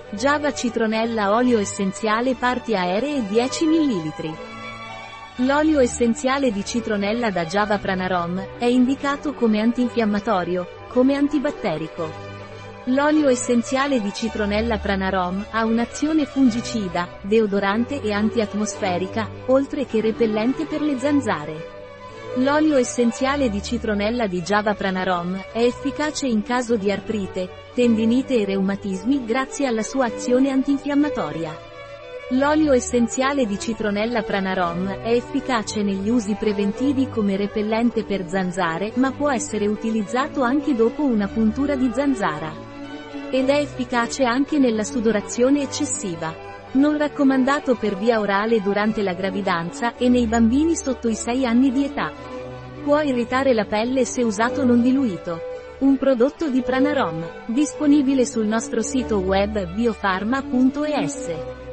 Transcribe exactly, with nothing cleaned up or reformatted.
Java citronella olio essenziale parti aeree dieci millilitri. L'olio essenziale di citronella da Java Pranarom è indicato come antinfiammatorio, come antibatterico. L'olio essenziale di citronella Pranarom ha un'azione fungicida, deodorante e antiatmosferica, oltre che repellente per le zanzare. L'olio essenziale di citronella di Java Pranarom è efficace in caso di artrite, tendinite e reumatismi grazie alla sua azione antinfiammatoria. L'olio essenziale di citronella Pranarom è efficace negli usi preventivi come repellente per zanzare, ma può essere utilizzato anche dopo una puntura di zanzara. Ed è efficace anche nella sudorazione eccessiva. Non raccomandato per via orale durante la gravidanza e nei bambini sotto i sei anni di età. Può irritare la pelle se usato non diluito. Un prodotto di Pranarom, disponibile sul nostro sito web biofarma punto es.